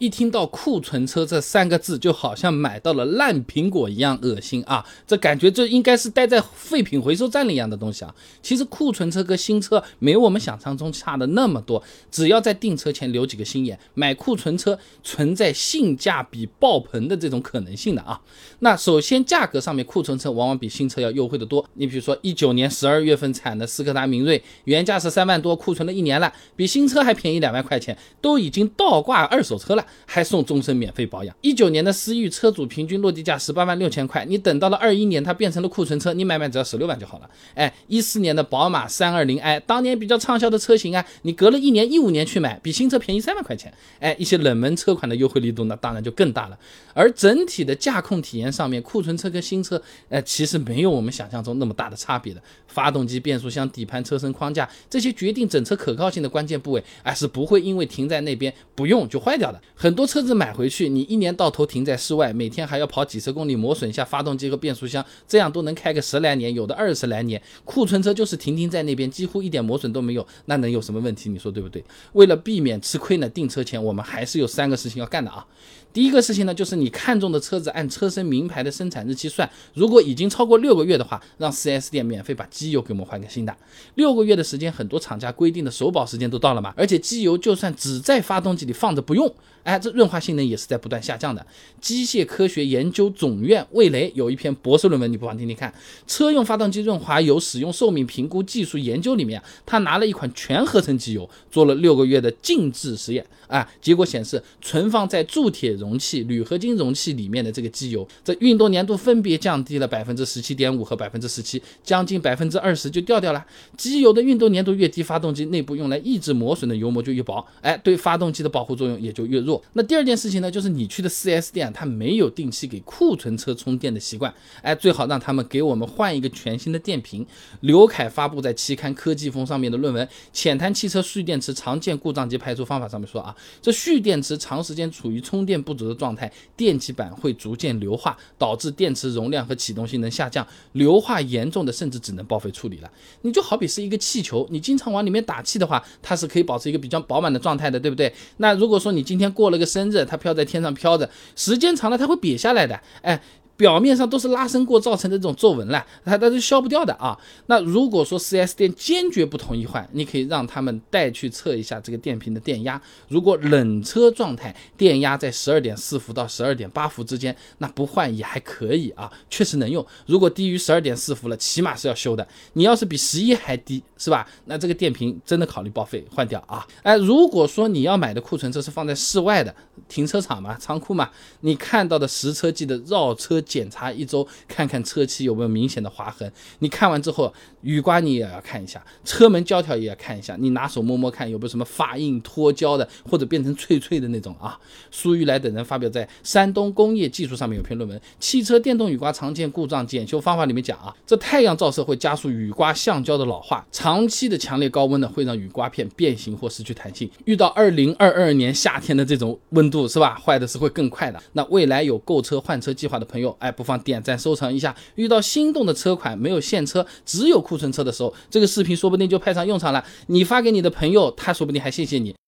一听到库存车这3个字，就好像买到了烂苹果一样恶心啊！这感觉这应该是待在废品回收站里一样的东西啊。其实库存车跟新车没有我们想象中差的那么多，只要在订车前留几个心眼，买库存车存在性价比爆棚的这种可能性的啊。那首先价格上面，库存车往往比新车要优惠的多。你比如说19年12月份产的斯柯达明锐，原价是3万多，库存了1年了，比新车还便宜2万块钱，都已经倒挂二手车了，还送终身免费保养。19年的思域车主平均落地价18万6千块，你等到了21年它变成了库存车，你买只要16万就好了。14年的宝马 320i 当年比较畅销的车型啊，你隔了1年15年去买，比新车便宜3万块钱。一些冷门车款的优惠力度那当然就更大了。而整体的驾控体验上面，库存车跟新车其实没有我们想象中那么大的差别的。发动机、变速箱、底盘、车身框架这些决定整车可靠性的关键部位是不会因为停在那边不用就坏掉的。很多车子买回去，你1年到头停在室外，每天还要跑几十公里磨损一下发动机和变速箱，这样都能开个10来年，有的20来年。库存车就是停在那边，几乎一点磨损都没有，那能有什么问题？你说对不对？为了避免吃亏呢，订车前我们还是有3个事情要干的啊。第一个事情呢，就是你看中的车子按车身名牌的生产日期算，如果已经超过6个月的话，让 4S 店免费把机油给我们换个新的。6个月的时间，很多厂家规定的首保时间都到了嘛，而且机油就算只在发动机里放着不用，这润滑性能也是在不断下降的。机械科学研究总院魏雷有一篇博士论文，你不妨听听看。车用发动机润滑油使用寿命评估技术研究里面，他拿了一款全合成机油做了6个月的静置实验结果显示存放在铸铁容器、铝合金容器里面的这个机油，这运动粘度分别降低了 17.5% 和 17%， 将近 20% 就掉了。机油的运动粘度越低，发动机内部用来抑制磨损的油膜就越薄，对发动机的保护作用也就越弱。那第二件事情呢，就是你去的 4S 店它没有定期给库存车充电的习惯，最好让他们给我们换一个全新的电瓶。刘凯发布在期刊科技风上面的论文《浅谈汽车蓄电池常见故障及排除方法》上面说这蓄电池长时间处于充电不足的状态，电极板会逐渐硫化，导致电池容量和启动性能下降，硫化严重的甚至只能报废处理了。你就好比是一个气球，你经常往里面打气的话，它是可以保持一个比较饱满的状态的，对不对？那如果说你今天过了个生日，它飘在天上飘着，时间长了它会瘪下来的，表面上都是拉伸过造成的这种皱纹了，它是消不掉的那如果说 4S 店坚决不同意换，你可以让他们带去测一下这个电瓶的电压，如果冷车状态，电压在 12.4 伏到 12.8 伏之间，那不换也还可以确实能用。如果低于 12.4 伏了，起码是要修的。你要是比11还低，是吧？那这个电瓶真的考虑报废换掉如果说你要买的库存车是放在室外的停车场嘛、仓库嘛，你看到的实车记的绕车检查1周，看看车漆有没有明显的划痕。你看完之后，雨刮你也要看一下，车门胶条也要看一下，你拿手摸摸看有没有什么发硬脱胶的，或者变成脆脆的那种苏玉来等人发表在山东工业技术上面有篇论文《汽车电动雨刮常见故障检修方法》里面讲这太阳照射会加速雨刮橡胶的老化，长期的强烈高温呢会让雨刮片变形或失去弹性，遇到2022年夏天的这种温度是吧，坏的是会更快的。那未来有购车换车计划的朋友不妨点赞收藏一下，遇到心动的车款没有现车只有库存车的时候，这个视频说不定就派上用场了。你发给你的朋友，他说不定还谢谢你。